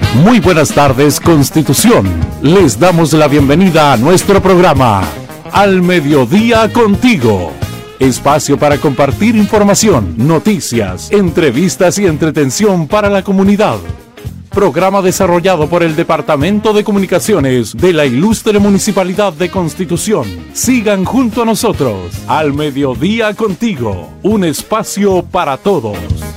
Muy buenas tardes, Constitución. Les damos la bienvenida a nuestro programa Al Mediodía Contigo. Espacio para compartir información, noticias, entrevistas y entretención para la comunidad. Programa desarrollado por el Departamento de Comunicaciones de la Ilustre Municipalidad de Constitución. Sigan junto a nosotros. Al Mediodía Contigo. Un espacio para todos.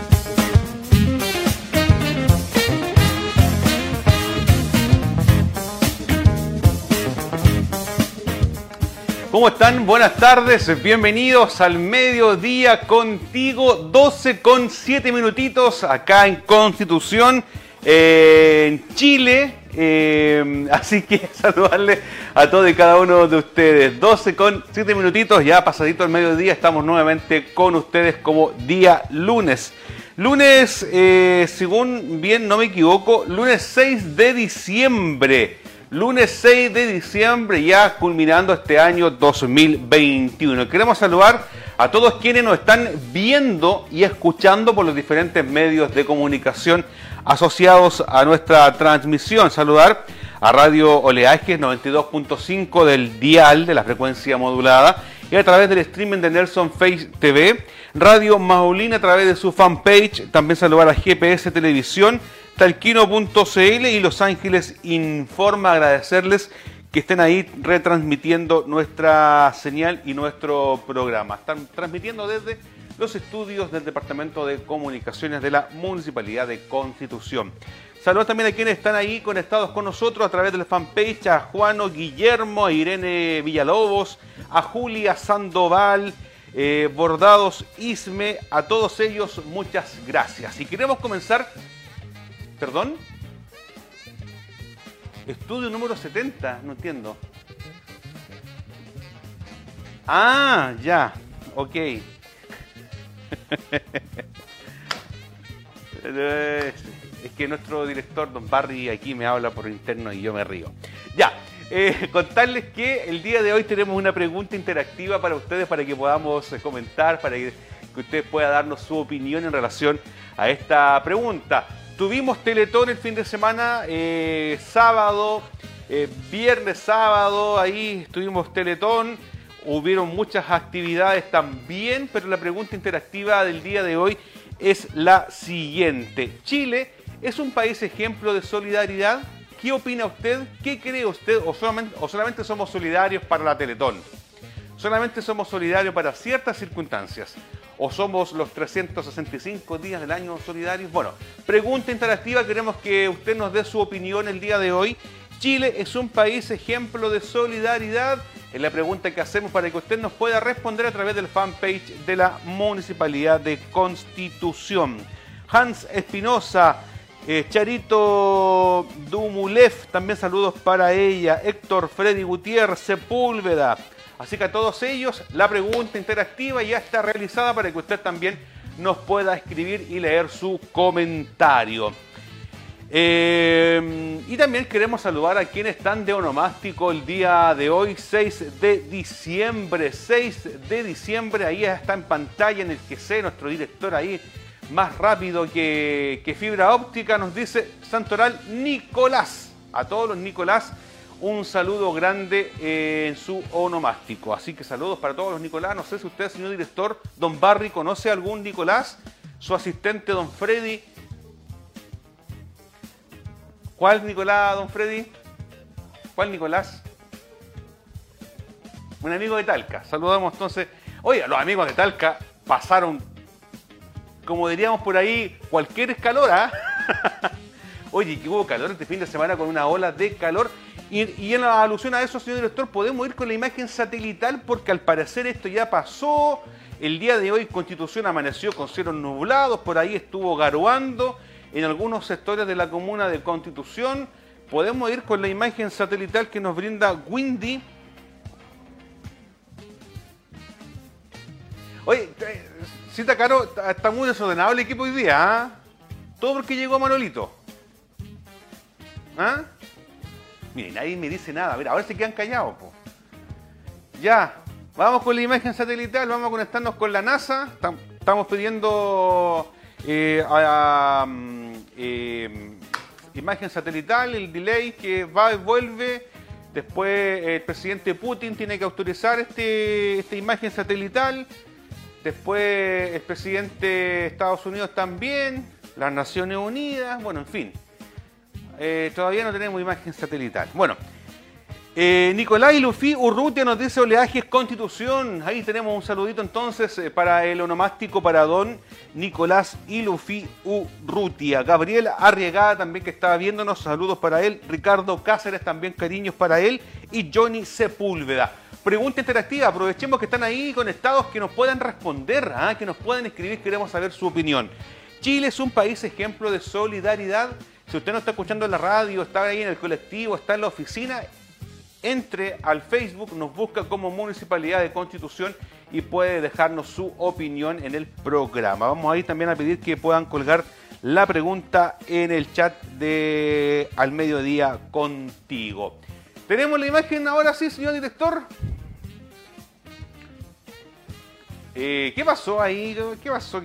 ¿Cómo están? Buenas tardes, bienvenidos al Mediodía Contigo, 12 con 7 minutitos acá en Constitución, en Chile, así que saludarles a todos y cada uno de ustedes. 12 con 7 minutitos, ya pasadito el mediodía, estamos nuevamente con ustedes como día lunes. Lunes, según bien no me equivoco, lunes 6 de diciembre. Lunes 6 de diciembre, ya culminando este año 2021. Queremos saludar a todos quienes nos están viendo y escuchando por los diferentes medios de comunicación asociados a nuestra transmisión. Saludar a Radio Oleajes 92.5 del dial de la frecuencia modulada y a través del streaming de Nelson Face TV, Radio Maulina a través de su fanpage, también saludar a GPS Televisión, Talquino.cl y Los Ángeles Informa, agradecerles que estén ahí retransmitiendo nuestra señal y nuestro programa. Están transmitiendo desde los estudios del Departamento de Comunicaciones de la Municipalidad de Constitución. Saludos también a quienes están ahí conectados con nosotros a través del fanpage, a Juano Guillermo, a Irene Villalobos, a Julia Sandoval, Bordados Isme, a todos ellos muchas gracias. Y queremos comenzar... ¿Perdón? Estudio número 70, no entiendo. Ah, ya, ok. Es que nuestro director, don Barry, aquí me habla por interno y yo me río. Ya, contarles que el día de hoy tenemos una pregunta interactiva para ustedes, para que podamos comentar, para que ustedes puedan darnos su opinión en relación a esta pregunta. Tuvimos Teletón el fin de semana, sábado, viernes, sábado, ahí estuvimos Teletón, hubieron muchas actividades también, pero la pregunta interactiva del día de hoy es la siguiente. ¿Chile es un país ejemplo de solidaridad? ¿Qué opina usted? ¿Qué cree usted? ¿O solamente somos solidarios para la Teletón? ¿Solamente somos solidarios para ciertas circunstancias? ¿O somos los 365 días del año solidarios? Bueno, pregunta interactiva, queremos que usted nos dé su opinión el día de hoy. ¿Chile es un país ejemplo de solidaridad? Es la pregunta que hacemos para que usted nos pueda responder a través del fanpage de la Municipalidad de Constitución. Hans Espinosa, Charito Dumulev, también saludos para ella. Héctor Freddy Gutiérrez, Sepúlveda. Así que a todos ellos, la pregunta interactiva ya está realizada para que usted también nos pueda escribir y leer su comentario. Y también queremos saludar a quienes están de onomástico el día de hoy, 6 de diciembre. 6 de diciembre, ahí está en pantalla en el QC, nuestro director ahí, más rápido que fibra óptica, nos dice Santoral Nicolás. A todos los Nicolás, un saludo grande en su onomástico. Así que saludos para todos los Nicolás. No sé si usted, señor director, don Barry, conoce a algún Nicolás, su asistente, don Freddy. ¿Cuál Nicolás, don Freddy? ¿Cuál Nicolás? Un amigo de Talca. Saludamos entonces. Oye, los amigos de Talca pasaron, como diríamos por ahí, cualquier escalor, ¿ah? Oye, que hubo calor este fin de semana con una ola de calor. Y en la alusión a eso, señor director, podemos ir con la imagen satelital porque al parecer esto ya pasó. El día de hoy Constitución amaneció con cielos nublados, por ahí estuvo garoando en algunos sectores de la comuna de Constitución. Podemos ir con la imagen satelital que nos brinda Windy. Oye, Cita Caro, está muy desordenado el equipo hoy día, ¿eh? Todo porque llegó Manolito. ¿Ah? Mire, nadie me dice nada. Mira, ahora se quedan callados, po. Ya, vamos con la imagen satelital, vamos a conectarnos con la NASA. Estamos pidiendo imagen satelital, el delay que va y vuelve. Después el presidente Putin tiene que autorizar esta imagen satelital. Después el presidente de Estados Unidos también. Las Naciones Unidas. Bueno, en fin. Todavía no tenemos imagen satelital. Bueno. Nicolás Ilufí Urrutia nos dice oleajes Constitución. Ahí tenemos un saludito entonces para el onomástico para don Nicolás Ilufí Urrutia. Gabriel Arriagada también que estaba viéndonos, saludos para él. Ricardo Cáceres también, cariños para él. Y Johnny Sepúlveda. Pregunta interactiva, aprovechemos que están ahí conectados, que nos puedan responder, que nos puedan escribir, queremos saber su opinión. Chile es un país ejemplo de solidaridad. Si usted no está escuchando en la radio, está ahí en el colectivo, está en la oficina, entre al Facebook, nos busca como Municipalidad de Constitución y puede dejarnos su opinión en el programa. Vamos a ir también a pedir que puedan colgar la pregunta en el chat de Al Mediodía Contigo. ¿Tenemos la imagen ahora sí, señor director? ¿Qué pasó ahí? ¿Qué pasó?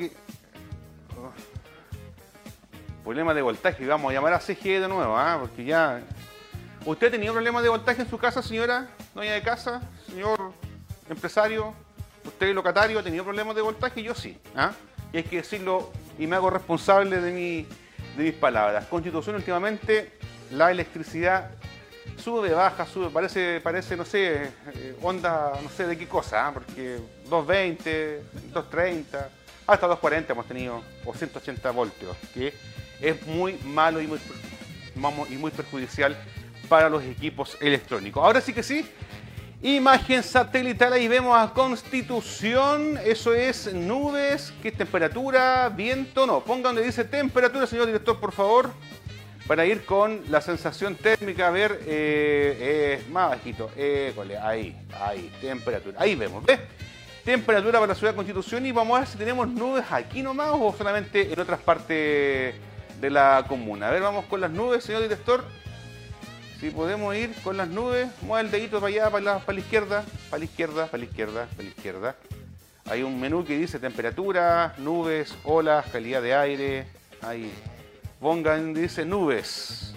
Problema de voltaje. Vamos a llamar a CGE de nuevo, porque ya... ¿Usted ha tenido problemas de voltaje en su casa, señora dueña de casa, señor empresario? ¿Usted, locatario, ha tenido problemas de voltaje? Yo sí. Y hay que decirlo y me hago responsable de mis palabras. Constitución, últimamente, la electricidad sube, baja, sube, parece no sé, onda, no sé de qué cosa, porque 220, 230, hasta 240 hemos tenido, o 180 voltios, que es muy malo y muy perjudicial para los equipos electrónicos. Ahora sí que sí, imagen satelital, ahí vemos a Constitución, eso es nubes, ¿qué temperatura? Viento, no, ponga donde dice temperatura, señor director, por favor, para ir con la sensación térmica, a ver, más bajito, ahí, temperatura, ahí vemos, ¿ves? Temperatura para la ciudad de Constitución y vamos a ver si tenemos nubes aquí nomás o solamente en otras partes de la comuna. A ver, vamos con las nubes, señor director. Si podemos ir con las nubes, mueva el dedito para allá, para la izquierda, para la izquierda, para la izquierda, para la izquierda. Hay un menú que dice temperatura, nubes, olas, calidad de aire. Ahí. Pongan, dice nubes.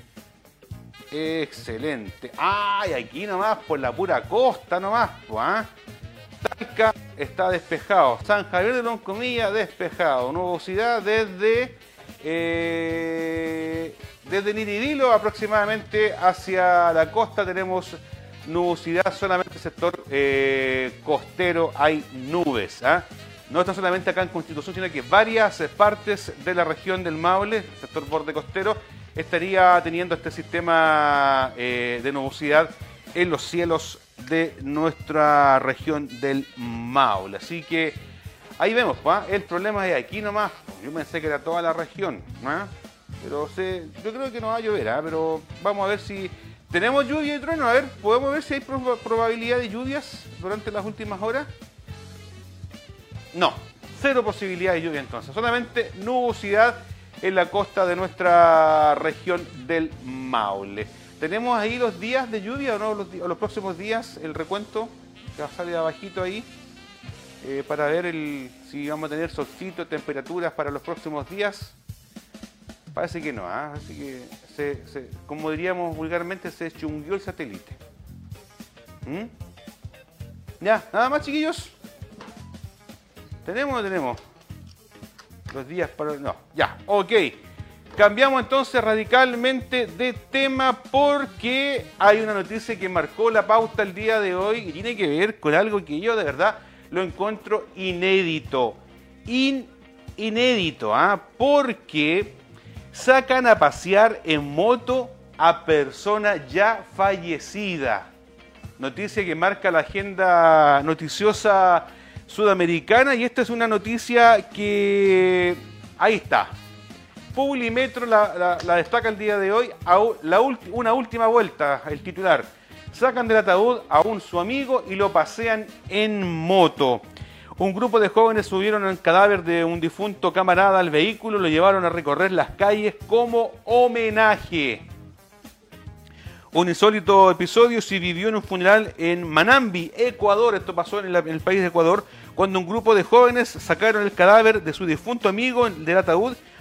Excelente. ¡Ay! Aquí nomás, por la pura costa nomás, Talca está despejado. San Javier de Loncomilla, despejado. Nubosidad desde Niridilo aproximadamente hacia la costa tenemos nubosidad, solamente sector costero hay nubes. No está solamente acá en Constitución, sino que varias partes de la región del Maule, sector borde costero, estaría teniendo este sistema de nubosidad en los cielos de nuestra región del Maule. Así que ahí vemos, el problema es aquí nomás. Yo pensé que era toda la región, pero yo creo que no va a llover, pero vamos a ver si tenemos lluvia y trueno. A ver, podemos ver si hay probabilidad de lluvias durante las últimas horas. No, cero posibilidad de lluvia entonces, solamente nubosidad en la costa de nuestra región del Maule. ¿Tenemos ahí los días de lluvia o no? Los próximos días, el recuento que va a salir abajito ahí, para ver si vamos a tener solcito, temperaturas para los próximos días. Parece que no, así que, como diríamos vulgarmente, se chunguió el satélite. Ya, nada más, chiquillos. ¿Tenemos o no tenemos? Los días para... No, ya, ok. Cambiamos entonces radicalmente de tema porque hay una noticia que marcó la pauta el día de hoy y tiene que ver con algo que yo de verdad lo encuentro inédito. Inédito, porque sacan a pasear en moto a persona ya fallecida. Noticia que marca la agenda noticiosa sudamericana y esta es una noticia que... Ahí está. Publimetro la destaca el día de hoy. Una última vuelta, el titular. Sacan del ataúd a su amigo y lo pasean en moto. Un grupo de jóvenes subieron el cadáver de un difunto camarada al vehículo, lo llevaron a recorrer las calles como homenaje. Un insólito episodio se vivió en un funeral en Manambi, Ecuador. Esto pasó en el país de Ecuador, cuando un grupo de jóvenes sacaron el cadáver de su difunto amigo del ataúd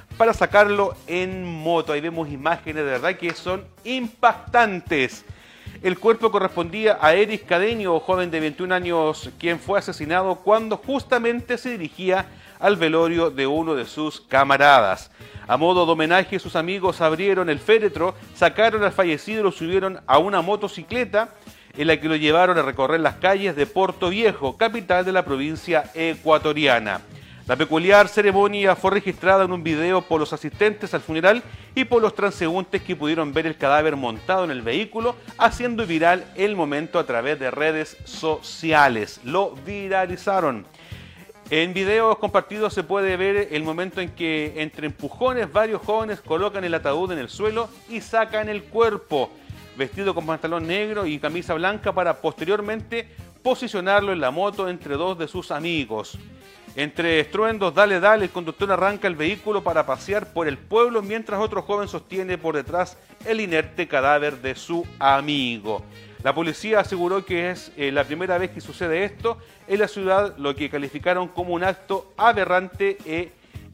para sacarlo en moto. Ahí vemos imágenes de verdad que son impactantes. El cuerpo correspondía a Eric Cadeño, joven de 21 años, quien fue asesinado cuando justamente se dirigía al velorio de uno de sus camaradas. A modo de homenaje, sus amigos abrieron el féretro, sacaron al fallecido y lo subieron a una motocicleta en la que lo llevaron a recorrer las calles de Porto Viejo, capital de la provincia ecuatoriana. La peculiar ceremonia fue registrada en un video por los asistentes al funeral y por los transeúntes que pudieron ver el cadáver montado en el vehículo, haciendo viral el momento a través de redes sociales. Lo viralizaron. En videos compartidos se puede ver el momento en que entre empujones varios jóvenes colocan el ataúd en el suelo y sacan el cuerpo, vestido con pantalón negro y camisa blanca, para posteriormente posicionarlo en la moto entre dos de sus amigos. Entre estruendos, dale, el conductor arranca el vehículo para pasear por el pueblo, mientras otro joven sostiene por detrás el inerte cadáver de su amigo. La policía aseguró que es la primera vez que sucede esto en la ciudad, lo que calificaron como un acto aberrante e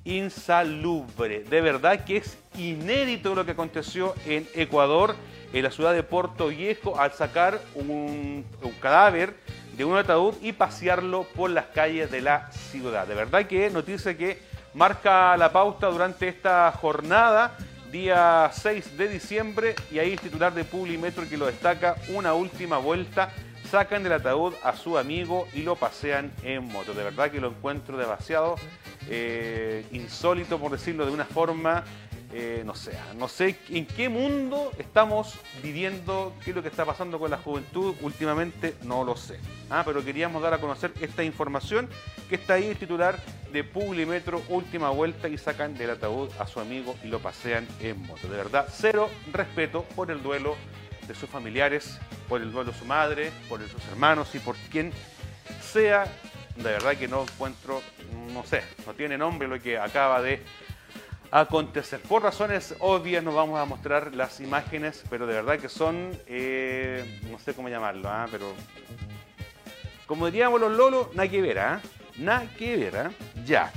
insalubre. De verdad que es inédito lo que aconteció en Ecuador, en la ciudad de Porto Viejo, al sacar un cadáver de un ataúd y pasearlo por las calles de la ciudad. De verdad que noticia que marca la pauta durante esta jornada, día 6 de diciembre, y ahí el titular de Publimetro que lo destaca: una última vuelta, sacan del ataúd a su amigo y lo pasean en moto. De verdad que lo encuentro demasiado insólito, por decirlo de una forma. No sé en qué mundo estamos viviendo, qué es lo que está pasando con la juventud últimamente, no lo sé. Pero queríamos dar a conocer esta información que está ahí, el titular de Publimetro: última vuelta y sacan del ataúd a su amigo y lo pasean en moto. De verdad, cero respeto por el duelo de sus familiares, por el duelo de su madre, por sus hermanos y por quien sea. De verdad que no encuentro, no tiene nombre lo que acaba de acontecer. Por razones obvias no vamos a mostrar las imágenes, pero de verdad que son, no sé cómo llamarlo, pero como diríamos los lolos, nada que ver, nada que ver, ya.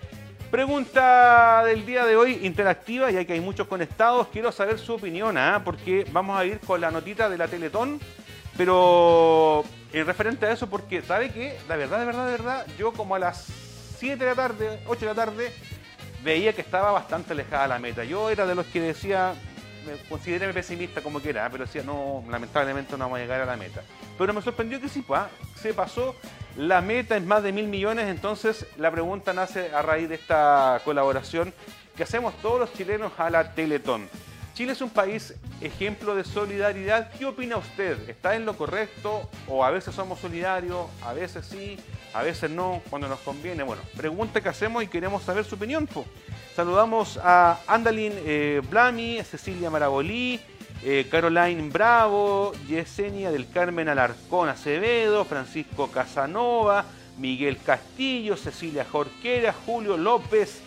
Pregunta del día de hoy, interactiva, ya que hay muchos conectados. Quiero saber su opinión, porque vamos a ir con la notita de la Teletón, pero en referente a eso, porque ¿sabe qué? La verdad, yo como a las 7 de la tarde, 8 de la tarde, veía que estaba bastante alejada la meta. Yo era de los que decía, me consideré pesimista como que era, pero decía, no, lamentablemente no vamos a llegar a la meta. Pero me sorprendió que sí, se pasó la meta en más de 1.000 millones. Entonces la pregunta nace a raíz de esta colaboración que hacemos todos los chilenos a la Teletón. Chile es un país ejemplo de solidaridad. ¿Qué opina usted? ¿Está en lo correcto? ¿O a veces somos solidarios? A veces sí, a veces no, cuando nos conviene. Bueno, pregunta que hacemos y queremos saber su opinión. Saludamos a Andalín Blami, Cecilia Marabolí, Caroline Bravo, Yesenia del Carmen Alarcón Acevedo, Francisco Casanova, Miguel Castillo, Cecilia Jorquera, Julio López,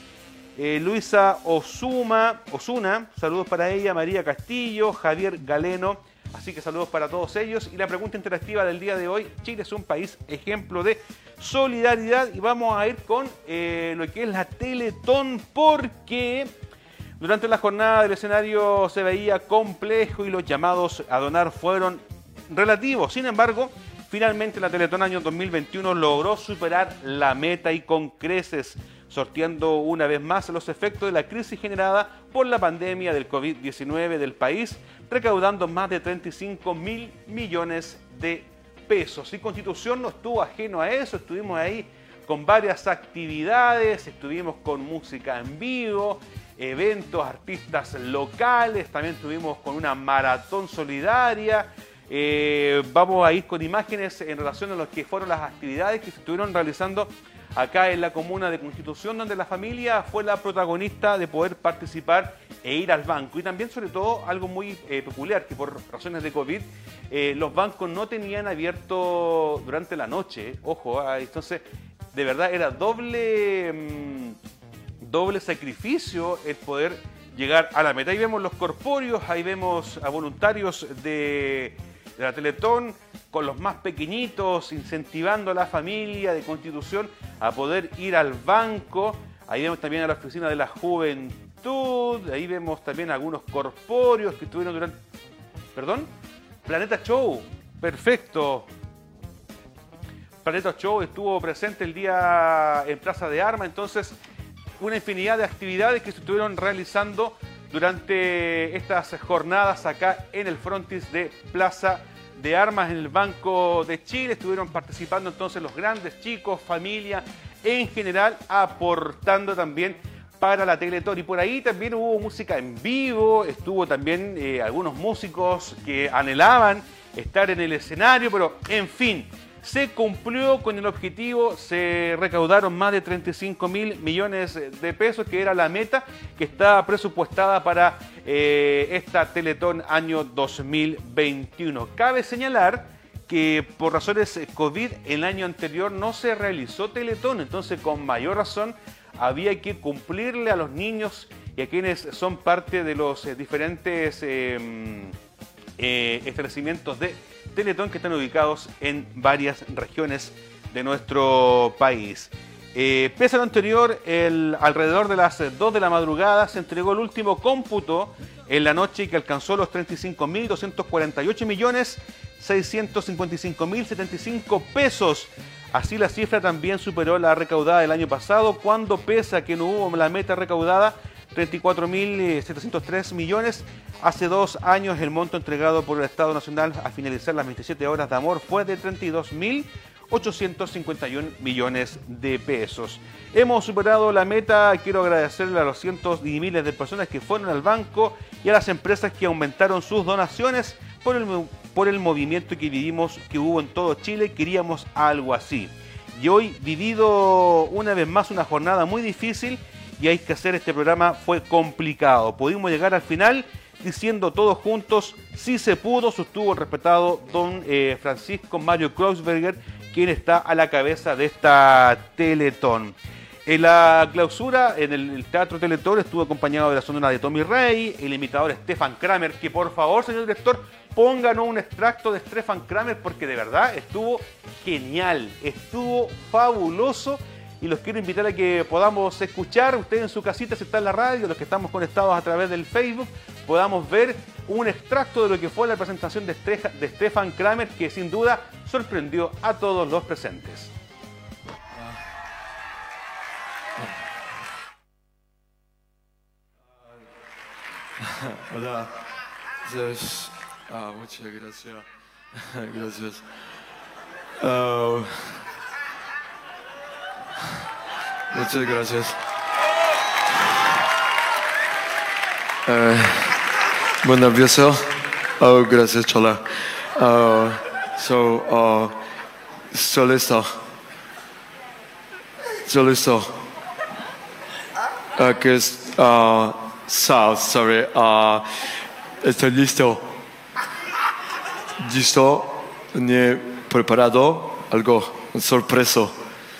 Luisa Osuna, saludos para ella, María Castillo, Javier Galeno, así que saludos para todos ellos. Y la pregunta interactiva del día de hoy: Chile es un país ejemplo de solidaridad, y vamos a ir con lo que es la Teletón, porque durante la jornada del escenario se veía complejo y los llamados a donar fueron relativos. Sin embargo, finalmente la Teletón año 2021 logró superar la meta y con creces, sorteando una vez más los efectos de la crisis generada por la pandemia del COVID-19 del país, recaudando más de 35.000 millones de pesos. Y Constitución no estuvo ajeno a eso, estuvimos ahí con varias actividades, estuvimos con música en vivo, eventos, artistas locales, también estuvimos con una maratón solidaria. Vamos a ir con imágenes en relación a lo que fueron las actividades que se estuvieron realizando acá en la comuna de Constitución, donde la familia fue la protagonista de poder participar e ir al banco. Y también, sobre todo, algo muy peculiar, que por razones de COVID, los bancos no tenían abierto durante la noche, ojo, entonces de verdad era doble sacrificio el poder llegar a la meta. Ahí vemos los corpóreos, ahí vemos a voluntarios de la Teletón, con los más pequeñitos, incentivando a la familia de Constitución a poder ir al banco Ahí vemos también a la Oficina de la Juventud. Ahí vemos también algunos corpóreos que estuvieron durante... ¿Perdón? Planeta Show. Perfecto. Planeta Show estuvo presente el día en Plaza de Armas. Entonces, una infinidad de actividades que se estuvieron realizando durante estas jornadas acá en el frontis de Plaza de Armas, en el Banco de Chile. Estuvieron participando entonces los grandes, chicos, familia, en general, aportando también para la Teletón. Y por ahí también hubo música en vivo, estuvo también algunos músicos que anhelaban estar en el escenario, pero en fin, se cumplió con el objetivo, se recaudaron más de 35.000 millones de pesos, que era la meta que estaba presupuestada para esta Teletón año 2021. Cabe señalar que por razones COVID el año anterior no se realizó Teletón, entonces con mayor razón había que cumplirle a los niños y a quienes son parte de los diferentes establecimientos de Teletón que están ubicados en varias regiones de nuestro país. Pese a lo anterior, alrededor de las 2 de la madrugada se entregó el último cómputo en la noche que alcanzó los 35.248.655.075 pesos. Así la cifra también superó la recaudada del año pasado, cuando pese a que no hubo la meta recaudada, 34.703 millones. Hace 2 años el monto entregado por el Estado Nacional al finalizar las 27 horas de amor fue de 32.851 millones de pesos. Hemos superado la meta. Quiero agradecerle a los cientos y miles de personas que fueron al banco y a las empresas que aumentaron sus donaciones por el movimiento que vivimos, que hubo en todo Chile. Queríamos algo así. Y hoy, vivido una vez más una jornada muy difícil, y hay que hacer este programa, fue complicado. Pudimos llegar al final diciendo todos juntos, sí se pudo. Sostuvo el respetado don Francisco Mario Kreuzberger, quien está a la cabeza de esta Teletón. En la clausura, en el Teatro Teletón, estuvo acompañado de la sonora de Tommy Rey, el imitador Stefan Kramer, que por favor, señor director, pónganos un extracto de Stefan Kramer, porque de verdad estuvo genial, estuvo fabuloso. Y los quiero invitar a que podamos escuchar, ustedes en su casita, si está en la radio, los que estamos conectados a través del Facebook, podamos ver un extracto de lo que fue la presentación de Stefan Kramer, que sin duda sorprendió a todos los presentes. Hola, muchas gracias. Gracias. Muchas gracias. Muy nervioso. Gracias, Chola. Estoy listo. Que es South, sorry. Estoy listo. Listo. He preparado algo, un sorpreso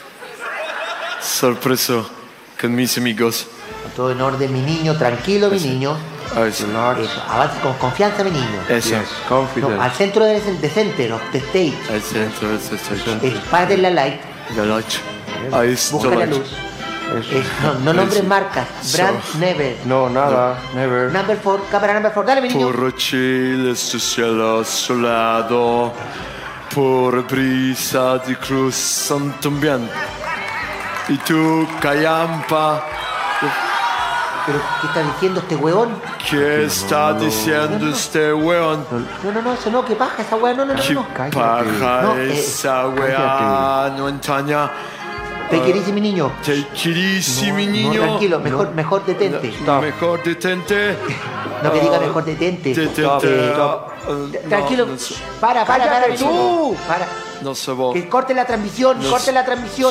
con mis amigos. Todo en orden, mi niño, tranquilo, mi niño. Eso, avance con confianza, mi niño. Eso. No, al centro de center of the stage. Al centro de stage. Párate en la light. La light. Ahí está. Busca la luz. No nombres marcas. Brand never. No, nada. Never. Number 4, cámara number 4. Dale, mi niño. Por Chile, este cielo azulado. Por brisa de cruz también. Y tú, Callampa. ¿Pero qué está diciendo este weón? ¿Qué está diciendo este weón? No, eso no, que paja esa weá, no. ¿Qué paja esa weá? No entraña. Te querís, mi niño. Te querís, mi niño. No, tranquilo, mejor detente. Mejor detente. No que diga mejor detente. Tranquilo. Para, tú. Para. No se va. Que corte la transmisión, corte la canción.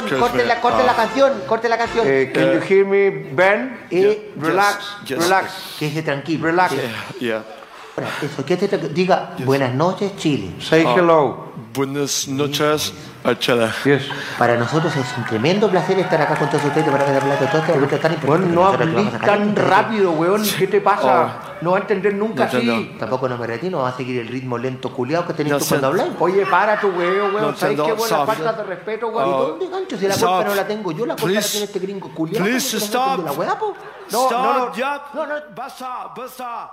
Can you hear me, Ben? Yes. Relax. Que esté tranquilo, relax. Yeah. Eso, ¿qué te diga? Buenas noches, Chile. Say hello. Buenas noches, Chile. Yes. Para nosotros es un tremendo placer estar acá con todos ustedes para hablar de todo esto. Porque tan importante. Bueno, no hables tan rápido, weón. ¿Qué te pasa? No va a entender nunca así. Tampoco nos me retiro, vamos a seguir el ritmo lento culiado que tenés tú cuando hablas. Oye, para tu weón. ¿Sabes qué buena falta de respeto, weón? ¿Y dónde, gancho? Si la culpa no la tengo yo, la culpa la tiene este gringo culiado. Please stop. La weá, po. No, basta.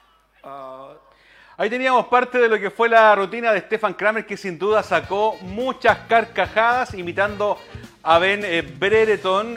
Ahí teníamos parte de lo que fue la rutina de Stefan Kramer, que sin duda sacó muchas carcajadas imitando a Ben Brereton.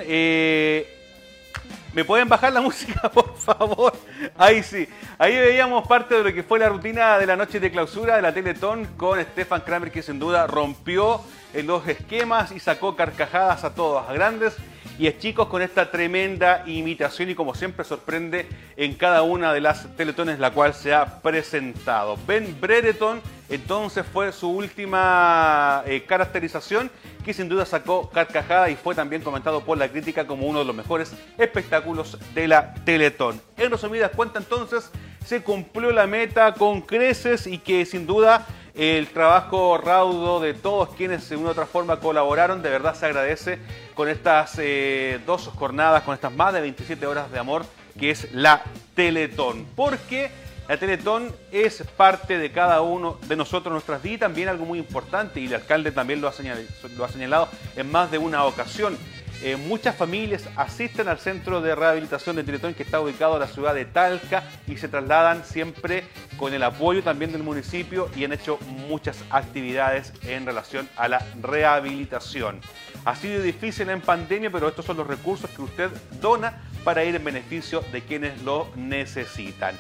¿Me pueden bajar la música, por favor? Ahí sí. Ahí veíamos parte de lo que fue la rutina de la noche de clausura de la Teletón con Stefan Kramer, que sin duda rompió en los esquemas y sacó carcajadas a todos, a grandes y a chicos, con esta tremenda imitación, y como siempre sorprende en cada una de las teletones la cual se ha presentado. Ben Brereton entonces fue su última caracterización, que sin duda sacó carcajada y fue también comentado por la crítica como uno de los mejores espectáculos de la Teletón. En resumidas cuentas, entonces, se cumplió la meta con creces, y que sin duda el trabajo raudo de todos quienes de una u otra forma colaboraron, de verdad se agradece con estas 2 jornadas, con estas más de 27 horas de amor que es la Teletón. Porque la Teletón es parte de cada uno de nosotros, nuestras vidas, y también algo muy importante, y el alcalde también lo ha señalado en más de una ocasión. Muchas familias asisten al centro de rehabilitación de Teletón, que está ubicado en la ciudad de Talca, y se trasladan siempre con el apoyo también del municipio, y han hecho muchas actividades en relación a la rehabilitación. Ha sido difícil en pandemia, pero estos son los recursos que usted dona para ir en beneficio de quienes lo necesitan.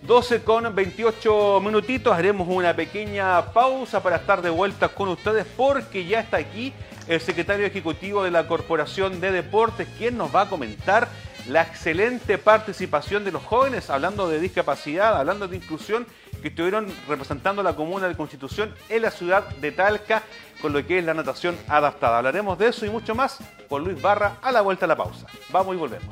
12:28 minutitos, haremos una pequeña pausa para estar de vuelta con ustedes, porque ya está aquí el secretario ejecutivo de la Corporación de Deportes, quien nos va a comentar la excelente participación de los jóvenes, hablando de discapacidad, hablando de inclusión, que estuvieron representando a la comuna de Constitución en la ciudad de Talca, con lo que es la natación adaptada. Hablaremos de eso y mucho más con Luis Barra a la vuelta a la pausa. Vamos y volvemos.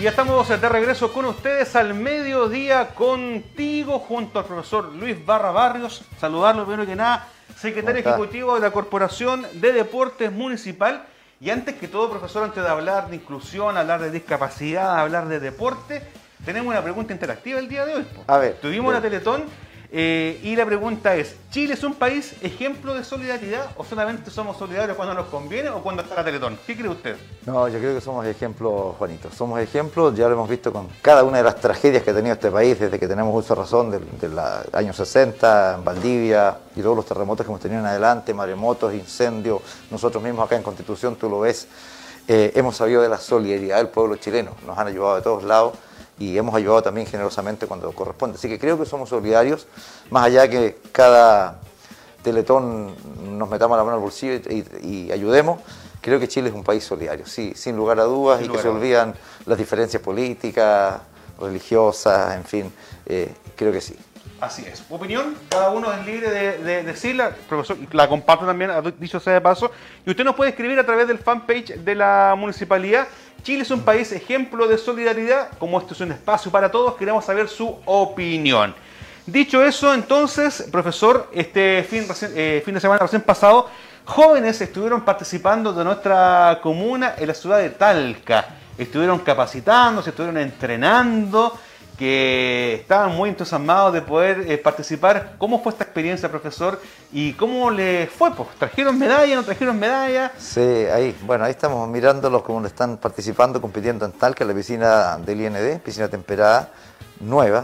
ya estamos de regreso con ustedes al mediodía contigo junto al profesor Luis Barra Barrios. Saludarlo primero que nada, secretario ejecutivo de la Corporación de Deportes Municipal. Y antes que todo, profesor, antes de hablar de inclusión, hablar de discapacidad, hablar de deporte, tenemos una pregunta interactiva el día de hoy. A ver. Tuvimos la Teletón y la pregunta es, ¿Chile es un país ejemplo de solidaridad o solamente somos solidarios cuando nos conviene o cuando está la Teletón? ¿Qué cree usted? No, yo creo que somos ejemplos, Juanito. Somos ejemplos, ya lo hemos visto con cada una de las tragedias que ha tenido este país desde que tenemos uso de razón de los años 60, en Valdivia y todos los terremotos que hemos tenido en adelante, maremotos, incendios. Nosotros mismos acá en Constitución, tú lo ves, hemos sabido de la solidaridad del pueblo chileno. Nos han ayudado de todos lados y hemos ayudado también generosamente cuando corresponde. Así que creo que somos solidarios, más allá de que cada Teletón nos metamos la mano al bolsillo y ayudemos. Creo que Chile es un país solidario, sí, sin lugar a dudas, y que se olvidan las diferencias políticas, religiosas, en fin, creo que sí. Así es. Opinión, cada uno es libre de decirla, profesor, la comparto también, dicho sea de paso, y usted nos puede escribir a través del fanpage de la municipalidad. Chile es un país ejemplo de solidaridad, como esto es un espacio para todos, queremos saber su opinión. Dicho eso, entonces, profesor, este fin de semana recién pasado, jóvenes estuvieron participando de nuestra comuna en la ciudad de Talca. Estuvieron capacitándose, estuvieron entrenando, que estaban muy entusiasmados de poder participar. ¿Cómo fue esta experiencia, profesor? ¿Y cómo le fue? Pues, ¿trajeron medalla, no trajeron medalla? Sí, ahí estamos mirándolos como están participando, compitiendo en Talca, en la piscina del IND, piscina temperada, nueva.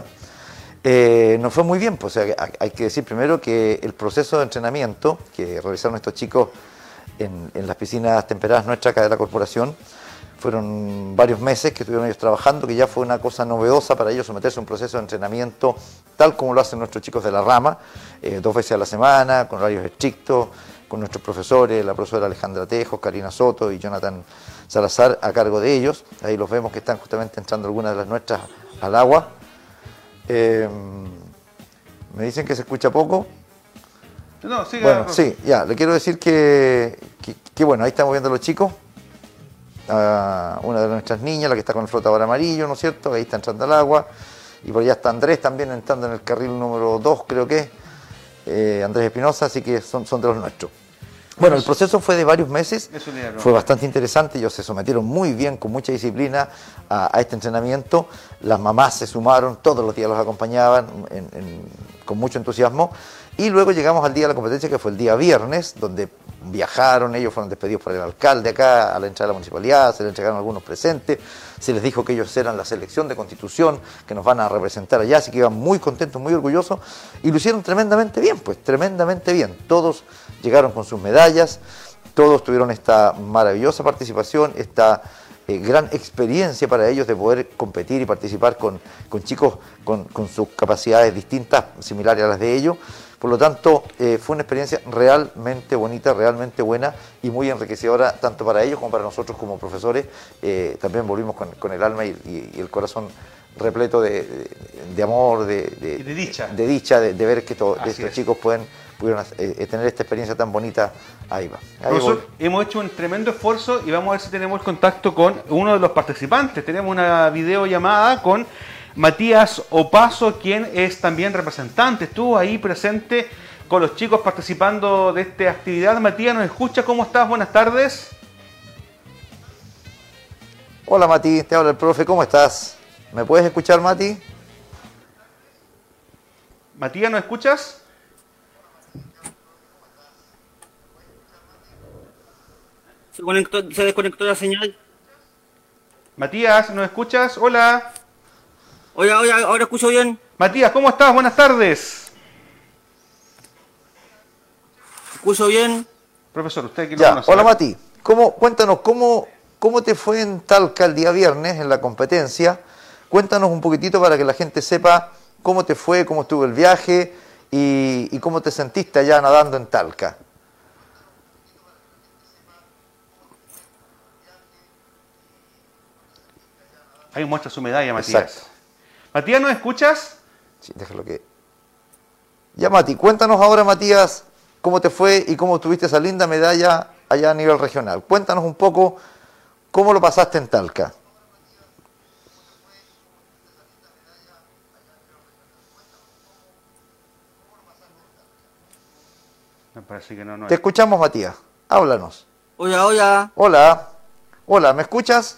Nos fue muy bien, pues, o sea, hay que decir primero que el proceso de entrenamiento que realizaron estos chicos en las piscinas temperadas nuestras acá de la corporación, fueron varios meses que estuvieron ellos trabajando, que ya fue una cosa novedosa para ellos someterse a un proceso de entrenamiento tal como lo hacen nuestros chicos de la rama, 2 veces a la semana, con horarios estrictos, con nuestros profesores, la profesora Alejandra Tejo, Karina Soto y Jonathan Salazar a cargo de ellos. Ahí los vemos que están justamente entrando algunas de las nuestras al agua. Me dicen que se escucha poco. No, siga, bueno, sí, ya, le quiero decir que bueno, ahí estamos viendo a los chicos. Una de nuestras niñas, la que está con el flotador amarillo, ¿no es cierto? Ahí está entrando al agua. Y por allá está Andrés también entrando en el carril número 2, creo que Andrés Espinosa, así que son de los nuestros. Bueno, el proceso fue de varios meses, fue bastante interesante, ellos se sometieron muy bien, con mucha disciplina a este entrenamiento. Las mamás se sumaron, todos los días los acompañaban con mucho entusiasmo. Y luego llegamos al día de la competencia, que fue el día viernes, donde viajaron, ellos fueron despedidos por el alcalde acá, a la entrada de la municipalidad, se les entregaron algunos presentes, se les dijo que ellos eran la selección de Constitución, que nos van a representar allá, así que iban muy contentos, muy orgullosos, y lo hicieron tremendamente bien, pues, tremendamente bien. Todos llegaron con sus medallas, todos tuvieron esta maravillosa participación, esta gran experiencia para ellos de poder competir y participar con chicos con sus capacidades distintas, similares a las de ellos. Por lo tanto, fue una experiencia realmente bonita, realmente buena y muy enriquecedora, tanto para ellos como para nosotros como profesores. También volvimos con el alma y el corazón repleto de amor, de dicha, de ver que estos chicos pudieron tener esta experiencia tan bonita. Ahí va. Profesor, hemos hecho un tremendo esfuerzo y vamos a ver si tenemos el contacto con uno de los participantes. Tenemos una videollamada con Matías Opaso, quien es también representante. Estuvo ahí presente con los chicos participando de esta actividad. Matías, ¿nos escucha? ¿Cómo estás? Buenas tardes. Hola Mati, te habla el profe, ¿cómo estás? ¿Me puedes escuchar, Mati? Matías, ¿nos escuchas? Se desconectó la señal. Matías, ¿nos escuchas? Hola. Oye, ahora escucho bien. Matías, ¿cómo estás? Buenas tardes. ¿Escucho bien? Profesor, usted que lo conoce. Hola Mati, cuéntanos cómo te fue en Talca el día viernes en la competencia. Cuéntanos un poquitito para que la gente sepa cómo te fue, cómo estuvo el viaje y cómo te sentiste allá nadando en Talca. Ahí muestra su medalla, Matías. Exacto. Matías, ¿nos escuchas? Sí, déjalo que... Ya, Mati, cuéntanos ahora, Matías, cómo te fue y cómo tuviste esa linda medalla allá a nivel regional. Cuéntanos un poco cómo lo pasaste en Talca. Me parece que no Te es. escuchamos, Matías. Háblanos. Hola. Hola. Hola, ¿me escuchas?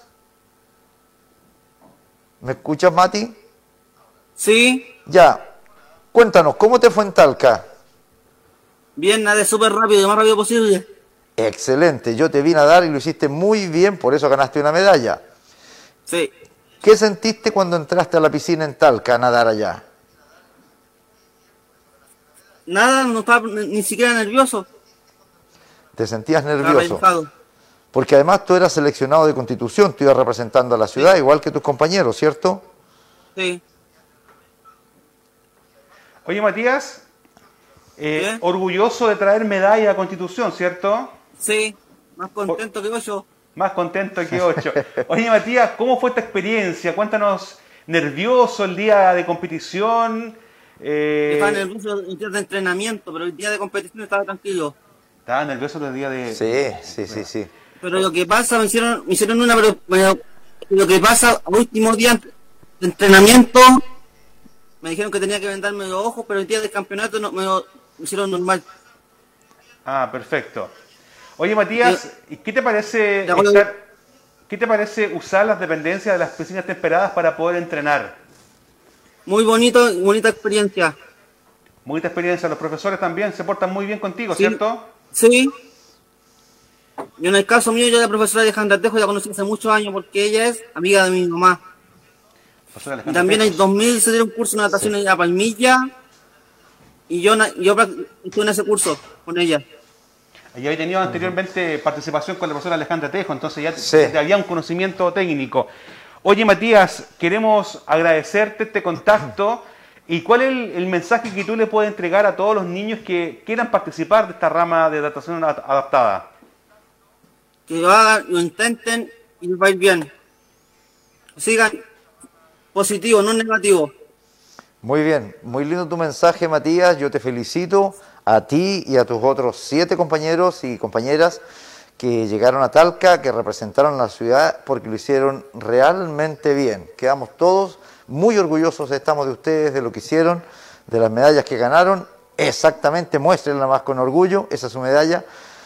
¿Me escuchas, Mati? Sí. Ya. Cuéntanos, ¿cómo te fue en Talca? Bien, nadé súper rápido, lo más rápido posible. Excelente. Yo te vi nadar y lo hiciste muy bien, por eso ganaste una medalla. Sí. ¿Qué sentiste cuando entraste a la piscina en Talca a nadar allá? Nada, no estaba ni siquiera nervioso. ¿Te sentías Estaba nervioso? relajado. Porque además tú eras seleccionado de Constitución, tú ibas representando a la ciudad, igual que tus compañeros, ¿cierto? Sí. Oye, Matías, ¿Bien? orgulloso de traer medalla a Constitución, ¿cierto? Sí. Más contento que yo. Más contento que 8. Oye, Matías, ¿cómo fue esta experiencia? Cuéntanos, nervioso el día de competición. Estaba nervioso el día de entrenamiento, pero el día de competición estaba tranquilo. Estaba nervioso el día de... Sí. Pero lo que pasa, me hicieron una... Pero lo que pasa, último día de entrenamiento, me dijeron que tenía que vendarme los ojos, pero el día del campeonato me lo hicieron normal. Ah, perfecto. Oye, Matías, ¿y ¿qué te parece qué te parece usar las dependencias de las piscinas temperadas para poder entrenar? Muy bonito, bonita experiencia. Bonita experiencia. Los profesores también se portan muy bien contigo, Sí. ¿cierto? Sí. Yo en el caso mío, yo la profesora Alejandra Tejo la conocí hace muchos años porque ella es amiga de mi mamá. Profesor Y Alejandro también en Tejos. 2000 se dieron un curso de natación en la Palmilla y yo estuve en ese curso con ella. Y había tenido anteriormente participación con la profesora Alejandra Tejo, entonces ya Sí. había un conocimiento técnico. Oye, Matías, queremos agradecerte este contacto. ¿Y cuál es el mensaje que tú le puedes entregar a todos los niños que quieran participar de esta rama de natación adaptada? Que lo hagan, lo intenten y les va a ir bien. Sigan positivo, no negativo. Muy bien, muy lindo tu mensaje, Matías. Yo te felicito a ti y a tus otros 7 compañeros y compañeras que llegaron a Talca, que representaron a la ciudad, porque lo hicieron realmente bien. Quedamos todos muy orgullosos, estamos de ustedes, de lo que hicieron, de las medallas que ganaron. Exactamente, muéstrenla más con orgullo, esa es su medalla.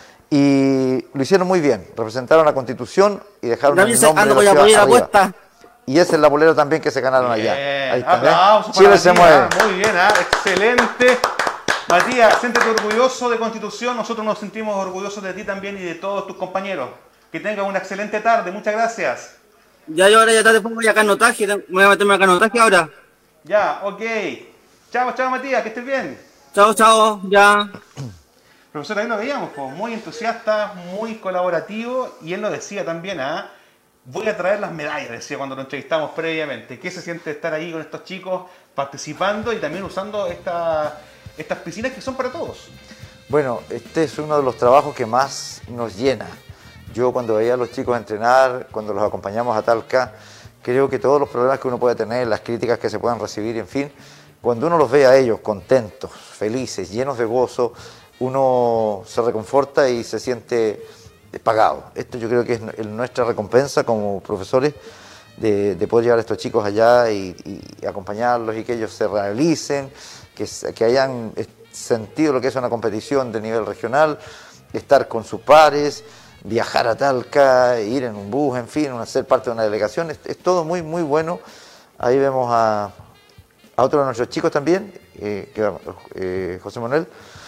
Y lo hicieron muy bien, representaron la Constitución y dejaron También el nombre de sacando la con la ciudad polera arriba. puesta. Y esa es la polera también que se ganaron allá. Bien. Ahí está, ¿ves? Aplausos Chile para se ti, mueve. Muy bien, excelente. Matías, siéntete orgulloso de Constitución. Nosotros nos sentimos orgullosos de ti también y de todos tus compañeros. Que tengas una excelente tarde. Muchas gracias. Ya yo ahora ya te pongo ya canotaje, me voy a meterme a canotaje ahora. Ya, ok. Chao, chao, Matías, que estés bien. Chao, ya. Profesor, ahí lo veíamos, pues, muy entusiasta, muy colaborativo, y él lo decía también, voy a traer las medallas, decía cuando lo entrevistamos previamente. ¿Qué se siente estar ahí con estos chicos participando y también usando estas piscinas que son para todos? Bueno, este es uno de los trabajos que más nos llena. Yo cuando veía a los chicos entrenar, cuando los acompañamos a Talca, creo que todos los problemas que uno puede tener, las críticas que se puedan recibir, en fin, cuando uno los ve a ellos contentos, felices, llenos de gozo, uno se reconforta y se siente pagado. Esto yo creo que es nuestra recompensa como profesores de poder llevar a estos chicos allá y acompañarlos y que ellos se realicen, que hayan sentido lo que es una competición de nivel regional, estar con sus pares, viajar a Talca, ir en un bus, en fin, ser parte de una delegación. Es todo muy, muy bueno. Ahí vemos a otro de nuestros chicos también, José Manuel,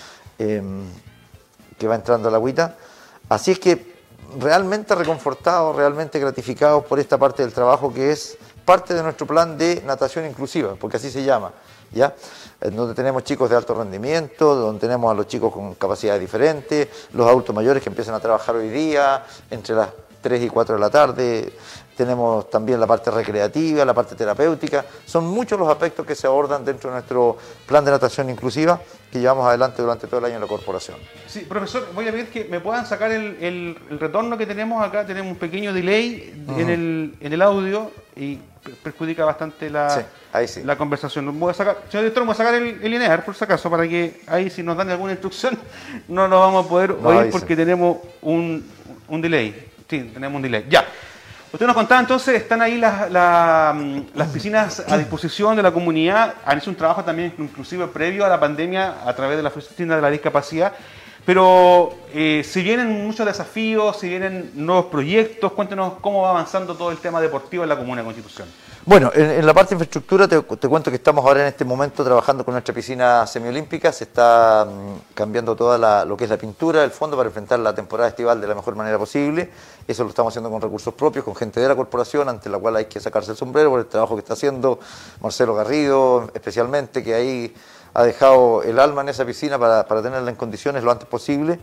que va entrando a la agüita. Así es que realmente reconfortados, realmente gratificados por esta parte del trabajo que es parte de nuestro plan de natación inclusiva, porque así se llama, ¿ya? Donde tenemos chicos de alto rendimiento, donde tenemos a los chicos con capacidades diferentes, los adultos mayores que empiezan a trabajar hoy día entre las 3 y 4 de la tarde, tenemos también la parte recreativa, la parte terapéutica. Son muchos los aspectos que se abordan dentro de nuestro plan de natación inclusiva que llevamos adelante durante todo el año en la corporación. Sí, profesor, voy a pedir que me puedan sacar el retorno que tenemos acá. Tenemos un pequeño delay en el audio y perjudica bastante la conversación. Voy a sacar, señor director, voy a sacar el linear, por si acaso, para que ahí si nos dan alguna instrucción no lo vamos a poder oír porque tenemos un delay. Sí, tenemos un delay. Ya. Usted nos contaba entonces, están ahí las piscinas a disposición de la comunidad, han hecho un trabajo también inclusive previo a la pandemia a través de la oficina de la discapacidad, Pero si vienen muchos desafíos, si vienen nuevos proyectos, cuéntenos cómo va avanzando todo el tema deportivo en la Comuna de Constitución. Bueno, en la parte de infraestructura te cuento que estamos ahora en este momento trabajando con nuestra piscina semiolímpica. Se está cambiando toda lo que es la pintura, el fondo, para enfrentar la temporada estival de la mejor manera posible. Eso lo estamos haciendo con recursos propios, con gente de la corporación, ante la cual hay que sacarse el sombrero por el trabajo que está haciendo Marcelo Garrido, especialmente, que ahí ha dejado el alma en esa piscina para tenerla en condiciones lo antes posible.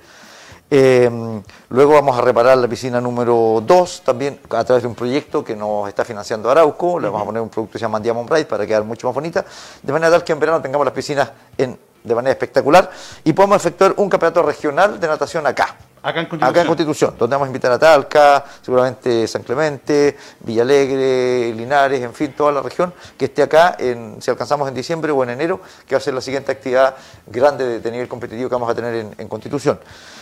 Luego vamos a reparar la piscina número 2 también a través de un proyecto que nos está financiando Arauco. Le vamos a poner un producto que se llama Diamond Bright para quedar mucho más bonita, de manera tal que en verano tengamos las piscinas de manera espectacular y podamos efectuar un campeonato regional de natación acá en Constitución, donde vamos a invitar a Talca, seguramente San Clemente, Villalegre, Linares, en fin, toda la región que esté acá, si alcanzamos en diciembre o en enero, que va a ser la siguiente actividad grande de nivel competitivo que vamos a tener en Constitución.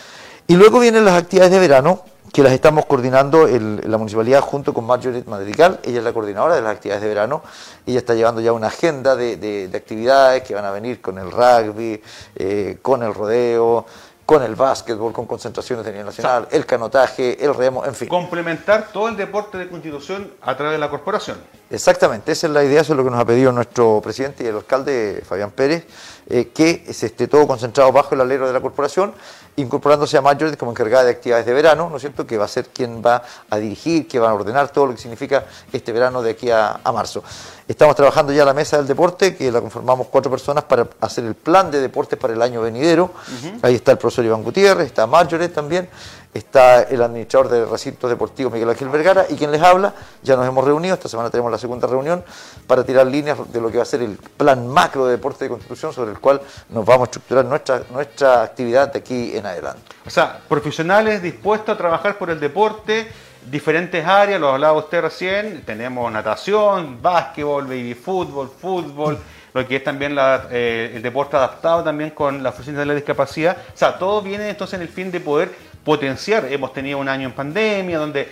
Y luego vienen las actividades de verano, que las estamos coordinando la municipalidad junto con Marjorie Madrigal. Ella es la coordinadora de las actividades de verano. Ella está llevando ya una agenda de actividades que van a venir con el rugby, con el rodeo, con el básquetbol, con concentraciones de nivel nacional, el canotaje, el remo, en fin. Complementar todo el deporte de Constitución a través de la corporación. Exactamente, esa es la idea, eso es lo que nos ha pedido nuestro presidente y el alcalde Fabián Pérez, que se esté todo concentrado bajo el alero de la corporación, incorporándose a Marjorie como encargada de actividades de verano, ¿no es cierto?, que va a ser quien va a dirigir, que va a ordenar todo lo que significa este verano de aquí a marzo. Estamos trabajando ya la mesa del deporte, que la conformamos 4 personas para hacer el plan de deportes para el año venidero. Ahí está el profesor Iván Gutiérrez, está Marjorie también, está el administrador de recintos deportivos Miguel Ángel Vergara y quien les habla. Ya nos hemos reunido, esta semana tenemos la segunda reunión para tirar líneas de lo que va a ser el plan macro de deporte de Constitución, sobre el cual nos vamos a estructurar nuestra actividad de aquí en adelante. O sea, profesionales dispuestos a trabajar por el deporte, diferentes áreas, lo hablaba usted recién, tenemos natación, básquetbol, baby fútbol, lo que es también el deporte adaptado también con la oficina de la discapacidad. O sea, todo viene entonces en el fin de poder potenciar. Hemos tenido un año en pandemia donde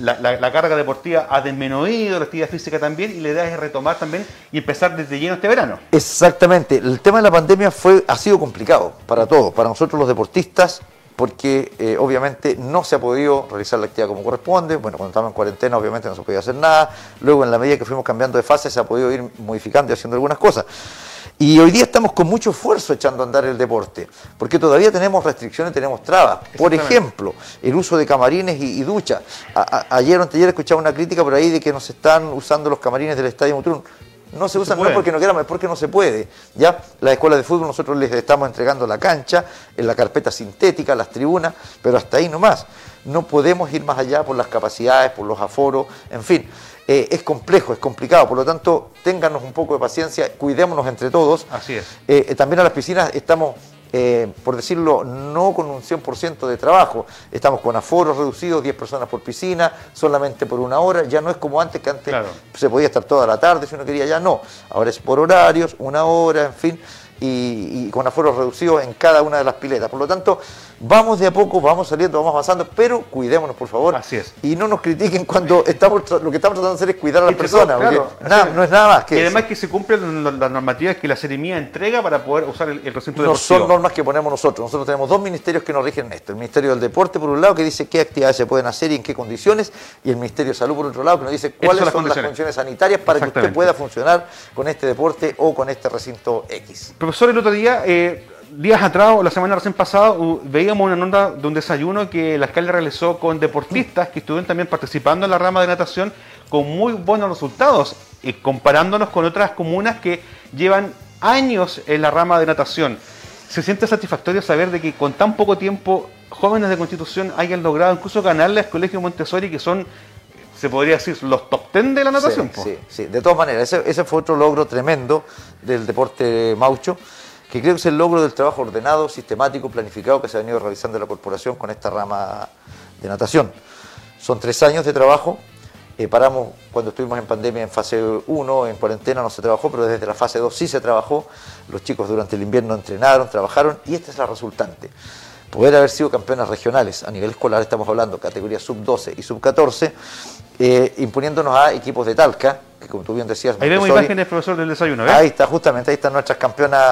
la carga deportiva ha disminuido, la actividad física también, y la idea es retomar también y empezar desde lleno este verano. Exactamente, el tema de la pandemia ha sido complicado para todos, para nosotros los deportistas, porque obviamente no se ha podido realizar la actividad como corresponde. Bueno, cuando estábamos en cuarentena obviamente no se podía hacer nada, luego en la medida que fuimos cambiando de fase se ha podido ir modificando y haciendo algunas cosas. Y hoy día estamos con mucho esfuerzo echando a andar el deporte, porque todavía tenemos restricciones, tenemos trabas. Por ejemplo, el uso de camarines y duchas. Ayer o anteayer escuchaba una crítica por ahí de que no se están usando los camarines del Estadio Mutrún. No se usan, no es porque no queramos, es porque no se puede. ¿Ya? Las escuelas de fútbol nosotros les estamos entregando la cancha, en la carpeta sintética, las tribunas, pero hasta ahí nomás. No podemos ir más allá por las capacidades, por los aforos, en fin. Es complejo, es complicado, por lo tanto, téngannos un poco de paciencia, cuidémonos entre todos. Así es. También a las piscinas estamos, por decirlo, no con un 100% de trabajo, estamos con aforos reducidos, 10 personas por piscina, solamente por 1 hora, ya no es como antes, que antes se podía estar toda la tarde si uno quería, ya no, ahora es por horarios, 1 hora, en fin, y con aforos reducidos en cada una de las piletas. Por lo tanto, vamos de a poco, vamos saliendo, vamos avanzando, pero cuidémonos, por favor. Así es. Y no nos critiquen cuando lo que estamos tratando de hacer es cuidar a las personas, claro, porque no es nada más que y además que se cumplen las normativas que la Seremía entrega para poder usar el recinto deportivo. No son normas que ponemos nosotros. Nosotros tenemos 2 ministerios que nos rigen esto. El Ministerio del Deporte, por un lado, que dice qué actividades se pueden hacer y en qué condiciones, y el Ministerio de Salud, por otro lado, que nos dice cuáles son las condiciones sanitarias para que usted pueda funcionar con este deporte o con este recinto X. Profesor, el otro día, días atrás o la semana recién pasada, veíamos una nota de un desayuno que el alcalde realizó con deportistas que estuvieron también participando en la rama de natación con muy buenos resultados, comparándonos con otras comunas que llevan años en la rama de natación. Se siente satisfactorio saber de que con tan poco tiempo jóvenes de Constitución hayan logrado incluso ganarle al Colegio Montessori, que son, se podría decir, los top 10 de la natación. Sí, de todas maneras, ese fue otro logro tremendo del deporte maucho, que creo que es el logro del trabajo ordenado, sistemático, planificado que se ha venido realizando en la corporación con esta rama de natación. Son 3 años de trabajo, paramos cuando estuvimos en pandemia en fase 1, en cuarentena no se trabajó, pero desde la fase 2 sí se trabajó, los chicos durante el invierno entrenaron, trabajaron, y esta es la resultante. Poder haber sido campeonas regionales a nivel escolar, estamos hablando categorías sub-12 y sub-14, imponiéndonos a equipos de Talca, que como tú bien decías... Ahí vemos imágenes, profesor, del desayuno, ¿ves? Ahí está, justamente, ahí están nuestras campeonas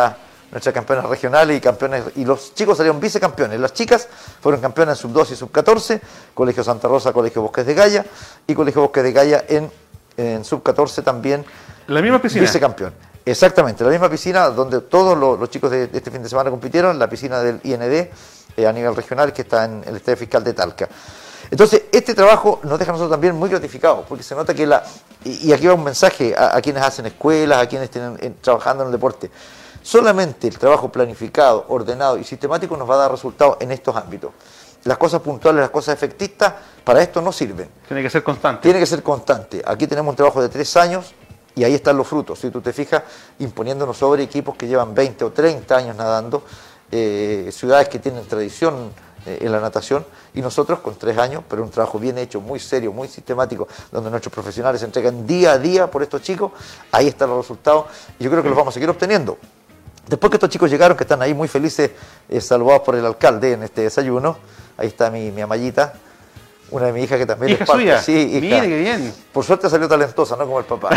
nuestras campeonas regionales y campeones, y los chicos salieron vicecampeones. Las chicas fueron campeonas en sub-12 y sub-14, Colegio Santa Rosa, Colegio Bosques de Gaya, y Colegio Bosques de Gaya en sub-14 también. La misma piscina. Vicecampeón. Exactamente, la misma piscina donde todos los chicos de este fin de semana compitieron, la piscina del IND a nivel regional, que está en el Estadio Fiscal de Talca. Entonces, este trabajo nos deja a nosotros también muy gratificados, porque se nota que y aquí va un mensaje a quienes hacen escuelas, a quienes estén trabajando en el deporte. Solamente el trabajo planificado, ordenado y sistemático nos va a dar resultados en estos ámbitos. Las cosas puntuales, las cosas efectistas, para esto no sirven. Tiene que ser constante. Tiene que ser constante. Aquí tenemos un trabajo de 3 años y ahí están los frutos. Si tú te fijas, imponiéndonos sobre equipos que llevan 20 o 30 años nadando, ciudades que tienen tradición en la natación, y nosotros con 3 años, pero un trabajo bien hecho, muy serio, muy sistemático, donde nuestros profesionales se entregan día a día por estos chicos, ahí están los resultados y yo creo que los vamos a seguir obteniendo. Después que estos chicos llegaron, que están ahí muy felices, saludados por el alcalde en este desayuno, ahí está mi Amayita, una de mis hijas que también ¿Hija es parte. suya? Sí, hija. Mire, qué bien. Por suerte salió talentosa, no como el papá.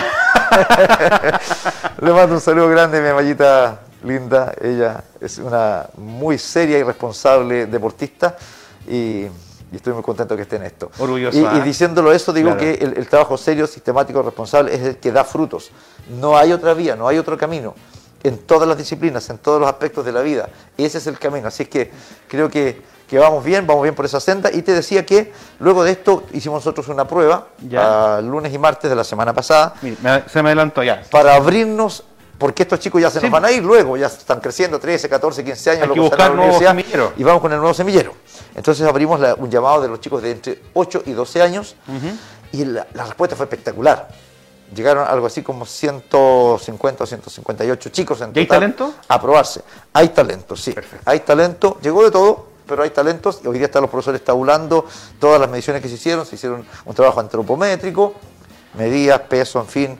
Le mando un saludo grande a mi Amayita linda. Ella es una muy seria y responsable deportista y estoy muy contento que esté en esto. Orgulloso. Y diciéndolo eso, digo Claro. que el trabajo serio, sistemático, responsable es el que da frutos. No hay otra vía, no hay otro camino. En todas las disciplinas, en todos los aspectos de la vida. Ese es el camino. Así es que creo que vamos bien por esa senda. Y te decía que luego de esto hicimos nosotros una prueba, lunes y martes de la semana pasada, Mire, se me adelantó ya. para abrirnos, porque estos chicos ya se nos Sí. van a ir luego, ya están creciendo, 13, 14, 15 años, Hay que luego buscar salen a la nuevos universidad, semilleros. y vamos con el nuevo semillero. Entonces abrimos un llamado de los chicos de entre 8 y 12 años, y la respuesta fue espectacular. Llegaron algo así como 150 o 158 chicos en ¿Y hay total talento? a probarse. Hay talento, sí. Perfecto. Hay talento, llegó de todo, pero hay talentos, y hoy día están los profesores tabulando todas las mediciones que se hicieron un trabajo antropométrico, medidas, peso, en fin,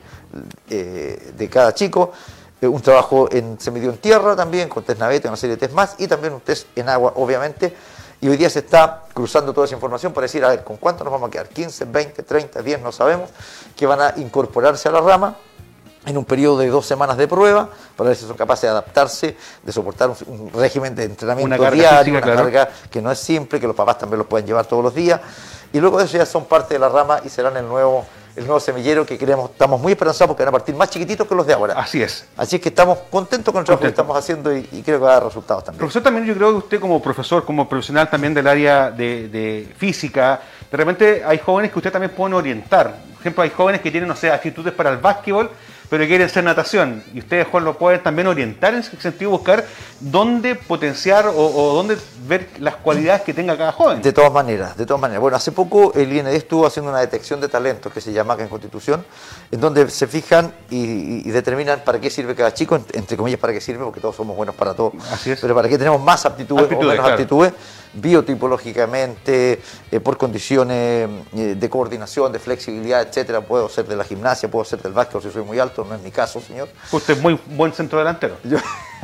de cada chico. Un trabajo se midió en tierra también, con test navete, una serie de test más, y también un test en agua, obviamente. Y hoy día se está cruzando toda esa información para decir, a ver, ¿con cuánto nos vamos a quedar? 15, 20, 30, 10, no sabemos, que van a incorporarse a la rama en un periodo de 2 semanas de prueba, para ver si son capaces de adaptarse, de soportar un régimen de entrenamiento Una carga diario, física, una claro. carga que no es simple, que los papás también los pueden llevar todos los días. Y luego de eso ya son parte de la rama y serán el nuevo semillero que estamos muy esperanzados porque van a partir más chiquititos que los de ahora. Así es. Así es que estamos contentos con el trabajo que estamos haciendo y creo que va a dar resultados también. Profesor, también yo creo que usted como profesor, como profesional también del área de física, de repente hay jóvenes que usted también pueden orientar. Por ejemplo, hay jóvenes que tienen, no sé, actitudes para el básquetbol, pero quieren hacer natación. Y ustedes, Juan, lo pueden también orientar en ese sentido, buscar dónde potenciar o dónde ver las cualidades que tenga cada joven. De todas maneras. Bueno, hace poco el IND estuvo haciendo una detección de talentos que se llama acá en Constitución, en donde se fijan y determinan para qué sirve cada chico, entre comillas para qué sirve, porque todos somos buenos para todo. Así es. Pero para qué tenemos más aptitudes o menos claro. aptitudes, biotipológicamente, por condiciones de coordinación, de flexibilidad, etcétera. Puedo ser de la gimnasia, puedo ser del básquetbol si soy muy alto, no es mi caso, señor. Usted es muy buen centro delantero. Yo-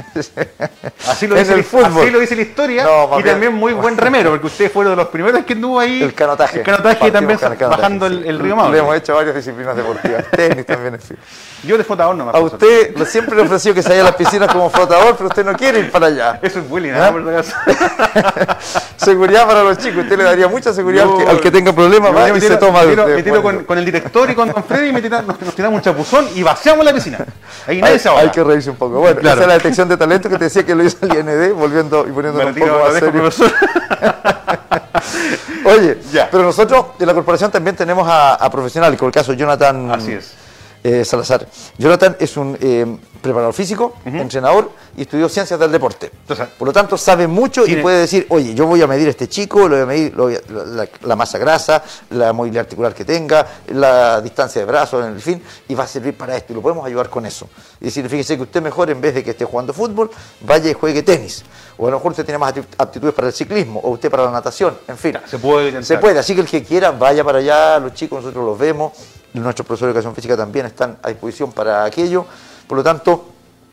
Así lo, En dice, el fútbol. así lo dice la historia. No, más y bien. también muy buen remero, porque usted fue uno de los primeros que anduvo ahí. El canotaje. El canotaje Partimos también con el canotaje, bajando sí. el río Maule. Le hemos hecho varias disciplinas deportivas, tenis también, en fin. Yo de flotador nomás. A profesor. usted siempre le ofreció que se vaya a las piscinas como flotador, pero usted no quiere ir para allá. Eso es bullying, ¿Ah? ¿no? Por si acaso. Seguridad para los chicos, usted le daría mucha seguridad al que tenga problemas, va y se toma Me tiro con el director y con Don Freddy y nos tiramos un chapuzón y vaciamos la piscina. Ahí nadie se ahoga. Hay que reírse un poco. Bueno, Claro. esa es la detección de talento que te decía que lo hizo el IND, volviendo y poniéndolo Me un retiro, poco lo más dejo, serio. profesor. Oye, Ya. pero nosotros en la corporación también tenemos a profesionales, como el caso de Jonathan Así es. Salazar. Jonathan es un preparador físico, entrenador y estudió ciencias del deporte. Entonces, Por lo tanto, sabe mucho tiene- y puede decir, oye, yo voy a medir a este chico, la masa grasa, la movilidad articular que tenga, la distancia de brazos, en fin, y va a servir para esto y lo podemos ayudar con eso. Y decir, fíjese que usted mejor, en vez de que esté jugando fútbol, vaya y juegue tenis. O a lo mejor usted tiene más aptitudes para el ciclismo, o usted para la natación, en fin. se puede orientar. Se puede, así que el que quiera, vaya para allá, los chicos, nosotros los vemos, nuestros profesores de educación física también están a disposición para aquello. Por lo tanto,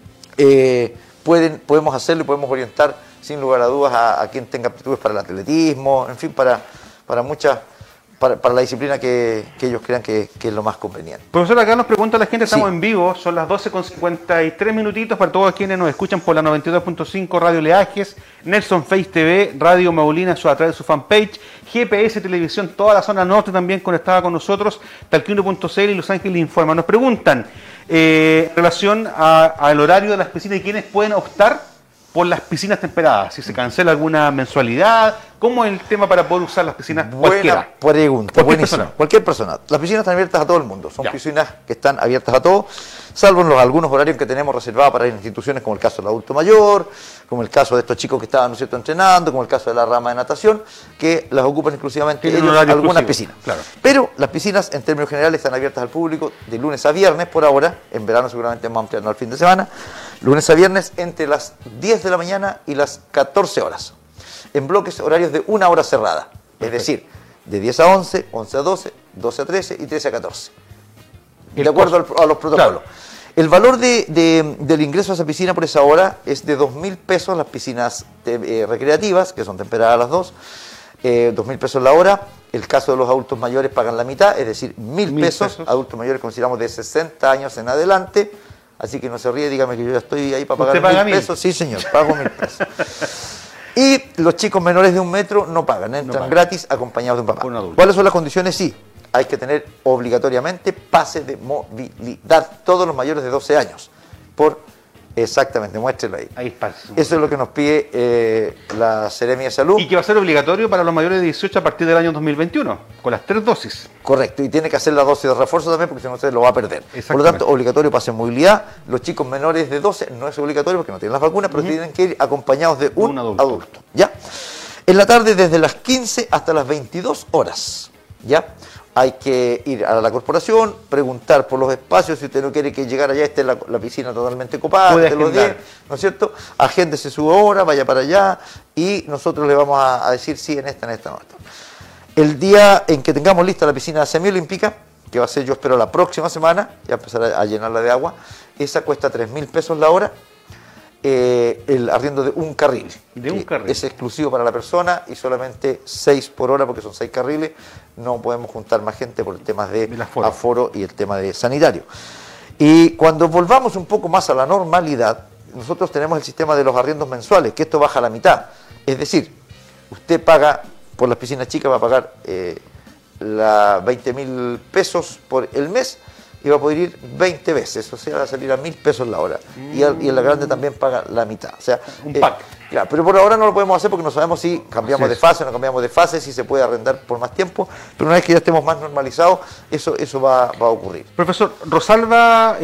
podemos hacerlo y podemos orientar sin lugar a dudas a quien tenga aptitudes para el atletismo, en fin, para muchas para la disciplina que ellos crean que es lo más conveniente. Profesor, acá nos pregunta la gente, estamos Sí. en vivo, son las 12:53 minutitos para todos quienes nos escuchan por la 92.5 Radio Leajes, Nelson Face TV, Radio Maulina a través de su fanpage, GPS Televisión, toda la zona norte también conectada con nosotros, Talquino.cl y Los Ángeles Informa. Nos preguntan en relación al horario de las piscinas y quiénes pueden optar por las piscinas temperadas, si se cancela alguna mensualidad, ¿cómo es el tema para poder usar las piscinas cualquiera? Buena pregunta, Cualquier buenísima. persona. Cualquier persona. Las piscinas están abiertas a todo el mundo, son Ya. piscinas que están abiertas a todos, salvo en algunos horarios que tenemos reservados para instituciones como el caso del adulto mayor, como el caso de estos chicos que estaban, ¿no es cierto?, entrenando, como el caso de la rama de natación, que las ocupan exclusivamente Tienen un ellos, horario algunas exclusivo, piscinas. claro. Pero las piscinas en términos generales están abiertas al público de lunes a viernes por ahora, en verano seguramente vamos ampliando al fin de semana, lunes a viernes entre las 10 de la mañana y las 14 horas, en bloques horarios de una hora cerrada, es decir, de 10 a 11, 11 a 12, 12 a 13 y 13 a 14, de acuerdo a los protocolos. Claro. El valor del ingreso a esa piscina por esa hora es de 2.000 pesos las piscinas recreativas, que son temperadas las dos, 2.000 pesos la hora. El caso de los adultos mayores pagan la mitad, es decir, 1.000 pesos. Adultos mayores consideramos de 60 años en adelante. Así que no se ríe, dígame que yo ya estoy ahí para pagar ¿Usted paga 1.000 1.000? pesos. Sí, señor, pago 1.000 pesos. Y los chicos menores de 1 metro no pagan, entran pagan. gratis acompañados de un papá. Un adulto. ¿Cuáles son las condiciones? Sí, hay que tener obligatoriamente pase de movilidad, todos los mayores de 12 años. Exactamente, muéstrelo ahí. Ahí está. Eso es lo que nos pide la Seremia de Salud. Y que va a ser obligatorio para los mayores de 18 a partir del año 2021, con las 3 dosis. Correcto, y tiene que hacer la dosis de refuerzo también porque si no se lo va a perder. Por lo Exactamente. tanto, obligatorio pase en movilidad. Los chicos menores de 12 no es obligatorio porque no tienen las vacunas, pero tienen que ir acompañados de un adulto. ¿Ya? En la tarde desde las 15 hasta las 22 horas. ¿Ya? Hay que ir a la corporación, preguntar por los espacios, si usted no quiere que llegar allá esté la piscina totalmente copada, Puede te lo agendar. den, ¿no es cierto? Agéndese su hora, vaya para allá y nosotros le vamos a decir sí en esta, no está. El día en que tengamos lista la piscina semiolímpica, que va a ser yo espero la próxima semana, ya empezar a llenarla de agua, esa cuesta 3.000 pesos la hora, el arriendo de un carril. De un que carril. Es exclusivo para la persona y solamente 6 por hora porque son 6 carriles. No podemos juntar más gente por temas de El aforo. aforo y el tema de sanitario. Y cuando volvamos un poco más a la normalidad, nosotros tenemos el sistema de los arriendos mensuales, que esto baja a la mitad. Es decir, usted paga, por las piscinas chicas va a pagar 20.000 pesos por el mes y va a poder ir 20 veces, o sea, va a salir a 1.000 pesos la hora. Y en la grande también paga la mitad. O sea, Un pack. Claro, pero por ahora no lo podemos hacer porque no sabemos si cambiamos Así de es. fase o no cambiamos de fase, si se puede arrendar por más tiempo, pero una vez que ya estemos más normalizados, eso va a ocurrir. Profesor, Rosalba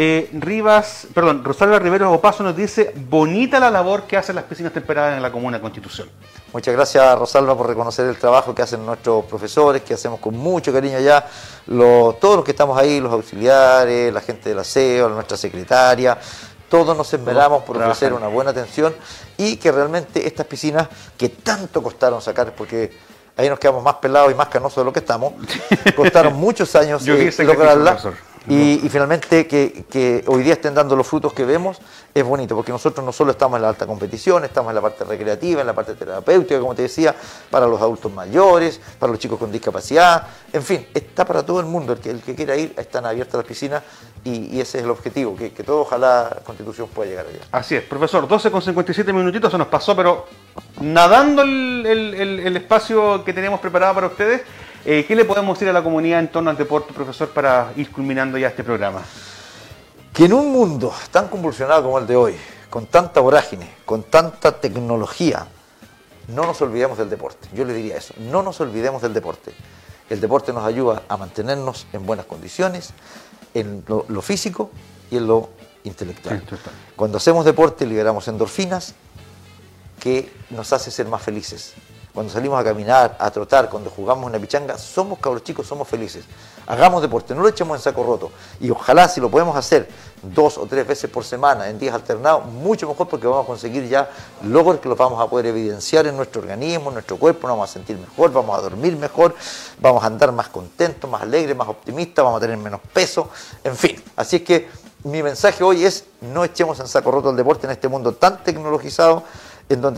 Rivero Opaso nos dice, bonita la labor que hacen las piscinas temperadas en la Comuna de Constitución. Muchas gracias, Rosalba, por reconocer el trabajo que hacen nuestros profesores, que hacemos con mucho cariño ya, todos los que estamos ahí, los auxiliares, la gente del aseo, nuestra secretaria, todos nos esmeramos por ofrecer trabajan. una buena atención y que realmente estas piscinas que tanto costaron sacar, porque ahí nos quedamos más pelados y más canosos de lo que estamos, costaron muchos años Yo vi ese ejercicio, lograrla. profesor. Y finalmente que hoy día estén dando los frutos que vemos es bonito, porque nosotros no solo estamos en la alta competición, estamos en la parte recreativa, en la parte terapéutica, como te decía, para los adultos mayores, para los chicos con discapacidad, en fin, está para todo el mundo, el que quiera ir, están abiertas las piscinas y ese es el objetivo, que todo ojalá Constitución pueda llegar allá. Así es, profesor, 12:57 minutitos, se nos pasó, pero nadando el espacio que teníamos preparado para ustedes. ¿Qué le podemos decir a la comunidad en torno al deporte, profesor, para ir culminando ya este programa? Que en un mundo tan convulsionado como el de hoy, con tanta vorágine, con tanta tecnología, no nos olvidemos del deporte. Yo le diría eso, no nos olvidemos del deporte. El deporte nos ayuda a mantenernos en buenas condiciones, en lo físico y en lo intelectual. Cuando hacemos deporte liberamos endorfinas que nos hace ser más felices. Cuando salimos a caminar, a trotar, cuando jugamos una pichanga, somos cabros chicos, somos felices. Hagamos deporte, no lo echemos en saco roto. Y ojalá si lo podemos hacer 2 o 3 veces por semana, en días alternados, mucho mejor porque vamos a conseguir ya logros que los vamos a poder evidenciar en nuestro organismo, en nuestro cuerpo, nos vamos a sentir mejor, vamos a dormir mejor, vamos a andar más contentos, más alegres, más optimistas, vamos a tener menos peso, en fin. Así es que mi mensaje hoy es no echemos en saco roto el deporte en este mundo tan tecnologizado, en donde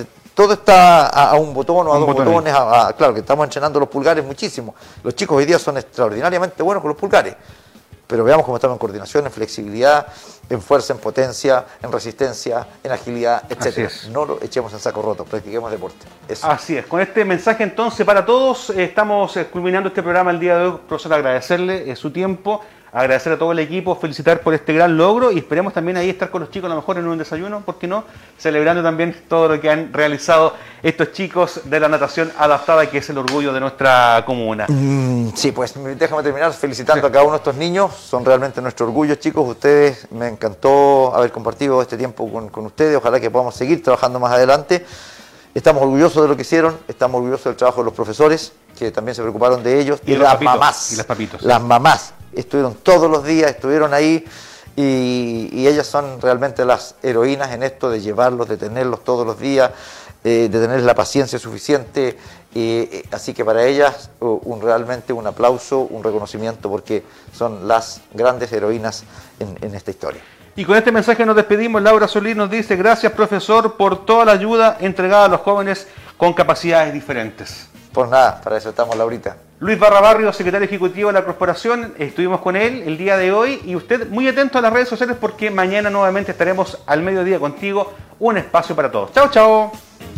todo está a un botón o a dos botón botones. Claro que estamos entrenando los pulgares muchísimo. Los chicos hoy día son extraordinariamente buenos con los pulgares. Pero veamos cómo estamos en coordinación, en flexibilidad, en fuerza, en potencia, en resistencia, en agilidad, etc. No lo echemos en saco roto, practiquemos deporte. Eso. Así es. Con este mensaje entonces para todos, estamos culminando este programa el día de hoy. Profesor, agradecerle su tiempo, agradecer a todo el equipo, felicitar por este gran logro y esperemos también ahí estar con los chicos a lo mejor en un desayuno, ¿por qué no? Celebrando también todo lo que han realizado estos chicos de la natación adaptada, que es el orgullo de nuestra comuna. Sí, pues déjame terminar felicitando a cada uno de estos niños, son realmente nuestro orgullo, chicos. Ustedes, me encantó haber compartido este tiempo con ustedes, ojalá que podamos seguir trabajando más adelante. Estamos orgullosos de lo que hicieron, estamos orgullosos del trabajo de los profesores, que también se preocuparon de ellos, y las mamás. Y las papitos. Las mamás estuvieron todos los días, estuvieron ahí, y ellas son realmente las heroínas en esto de llevarlos, de tenerlos todos los días, de tener la paciencia suficiente, así que para ellas realmente un aplauso, un reconocimiento, porque son las grandes heroínas en esta historia. Y con este mensaje nos despedimos. Laura Solís nos dice: gracias, profesor, por toda la ayuda entregada a los jóvenes con capacidades diferentes. Pues nada, para eso estamos, Laurita. Luis Barrio, secretario ejecutivo de la corporación, estuvimos con él el día de hoy, y usted muy atento a las redes sociales porque mañana nuevamente estaremos al mediodía contigo, un espacio para todos. Chao, chao.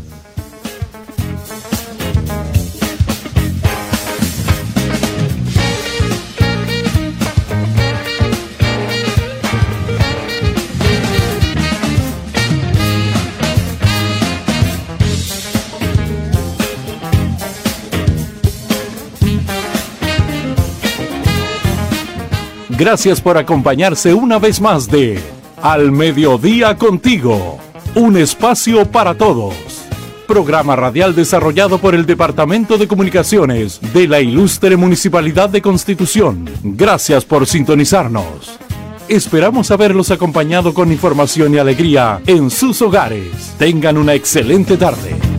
Gracias por acompañarse una vez más de Al Mediodía Contigo, un espacio para todos. Programa radial desarrollado por el Departamento de Comunicaciones de la Ilustre Municipalidad de Constitución. Gracias por sintonizarnos. Esperamos haberlos acompañado con información y alegría en sus hogares. Tengan una excelente tarde.